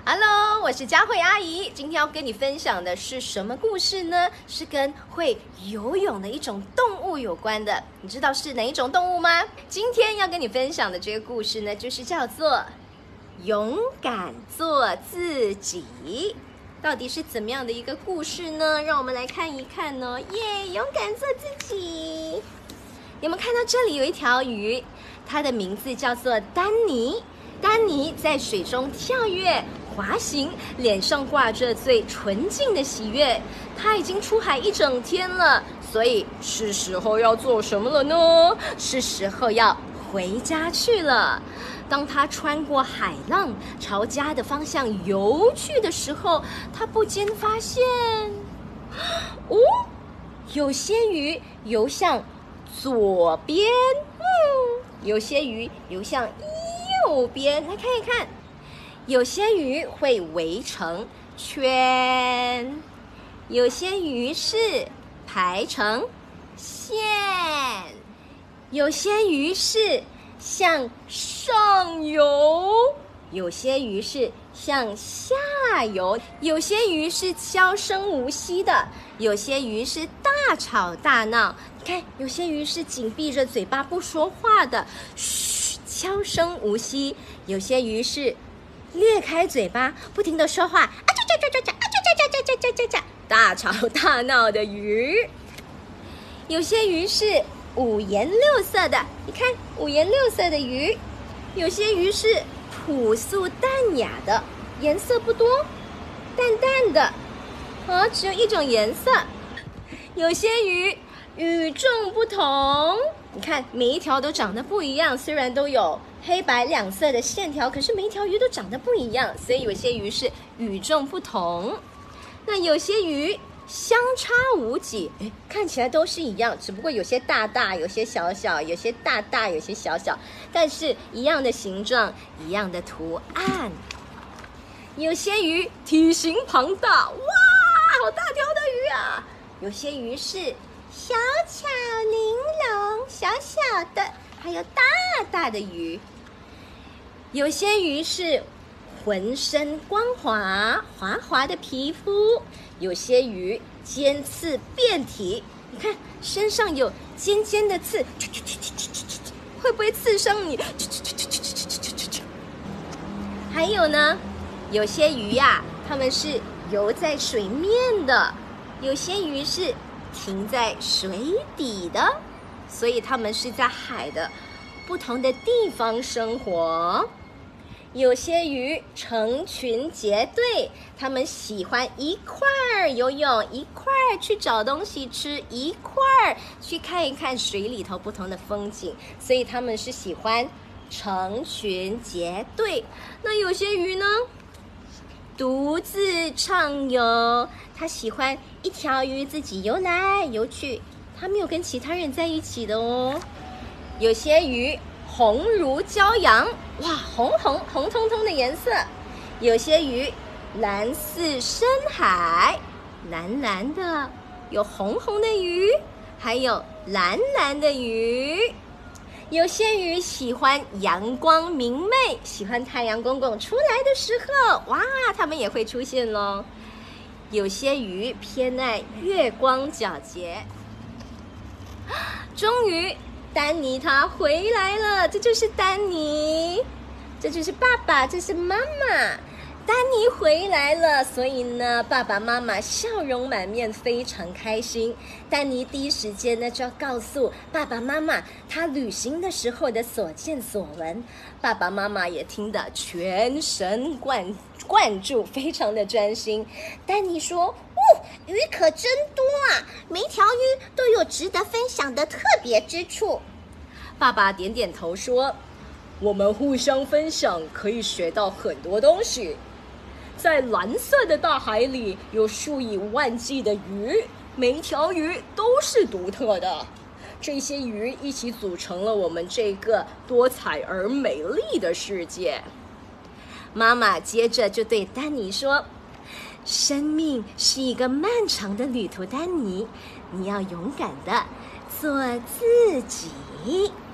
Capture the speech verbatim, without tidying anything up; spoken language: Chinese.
Hello， 我是佳慧阿姨。今天要跟你分享的是什么故事呢？是跟会游泳的一种动物有关的。你知道是哪一种动物吗？今天要跟你分享的这个故事呢，就是叫做勇敢做自己。到底是怎么样的一个故事呢？让我们来看一看呢。耶，勇敢做自己。有没有看到这里有一条鱼？它的名字叫做丹尼。丹尼在水中跳跃滑行，脸上挂着最纯净的喜悦。他已经出海一整天了，所以是时候要做什么了呢？是时候要回家去了。当他穿过海浪朝家的方向游去的时候，他不禁发现，哦，有些鱼游向左边，嗯，有些鱼游向右边，来看一看，有些鱼会围成圈，有些鱼是排成线，有些鱼是向上游，有些鱼是向下游，有些鱼是悄声无息的，有些鱼是大吵大闹。你看，有些鱼是紧闭着嘴巴不说话的，嘘，悄声无息；有些鱼是裂开嘴巴，不停的说话，啊喳喳喳喳喳，啊喳喳喳喳喳喳喳，大吵大闹的鱼。有些鱼是五颜六色的，你看，五颜六色的鱼。有些鱼是朴素淡雅的，颜色不多，淡淡的，啊，只有一种颜色。有些鱼与众不同，你看每一条都长得不一样，虽然都有黑白两色的线条，可是每一条鱼都长得不一样，所以有些鱼是与众不同。那有些鱼相差无几，诶，看起来都是一样，只不过有些大大，有些小小，有些大大，有些小小，但是一样的形状，一样的图案。有些鱼体型庞大，哇，好大条的鱼啊！有些鱼是小巧玲珑，小小的，还有大大的鱼。有些鱼是浑身光滑，滑滑的皮肤。有些鱼尖刺遍体，你看身上有尖尖的刺，会不会刺伤你？还有呢，有些鱼呀，它们是游在水面的，有些鱼是停在水底的，所以它们是在海的不同的地方生活。有些鱼成群结队，它们喜欢一块儿游泳，一块儿去找东西吃，一块儿去看一看水里头不同的风景，所以它们是喜欢成群结队。那有些鱼呢，独自畅游，它喜欢一条鱼自己游来游去，它没有跟其他人在一起的哦。有些鱼红如骄阳，哇，红红红彤彤的颜色。有些鱼蓝似深海，蓝蓝的，有红红的鱼，还有蓝蓝的鱼。有些鱼喜欢阳光明媚，喜欢太阳公公出来的时候，哇，它们也会出现咯。有些鱼偏爱月光皎洁。终于丹尼他回来了，这就是丹尼，这就是爸爸，这是妈妈。丹尼回来了，所以呢，爸爸妈妈笑容满面，非常开心。丹尼第一时间呢就要告诉爸爸妈妈他旅行的时候的所见所闻，爸爸妈妈也听得全神贯贯注，非常的专心。丹尼说：“哦，鱼可真多啊，每一条鱼都有值得分享的特别之处。”爸爸点点头说：“我们互相分享，可以学到很多东西。在蓝色的大海里，有数以万计的鱼，每一条鱼都是独特的。这些鱼一起组成了我们这个多彩而美丽的世界。”妈妈接着就对丹尼说：“生命是一个漫长的旅途，丹尼，你要勇敢的做自己。”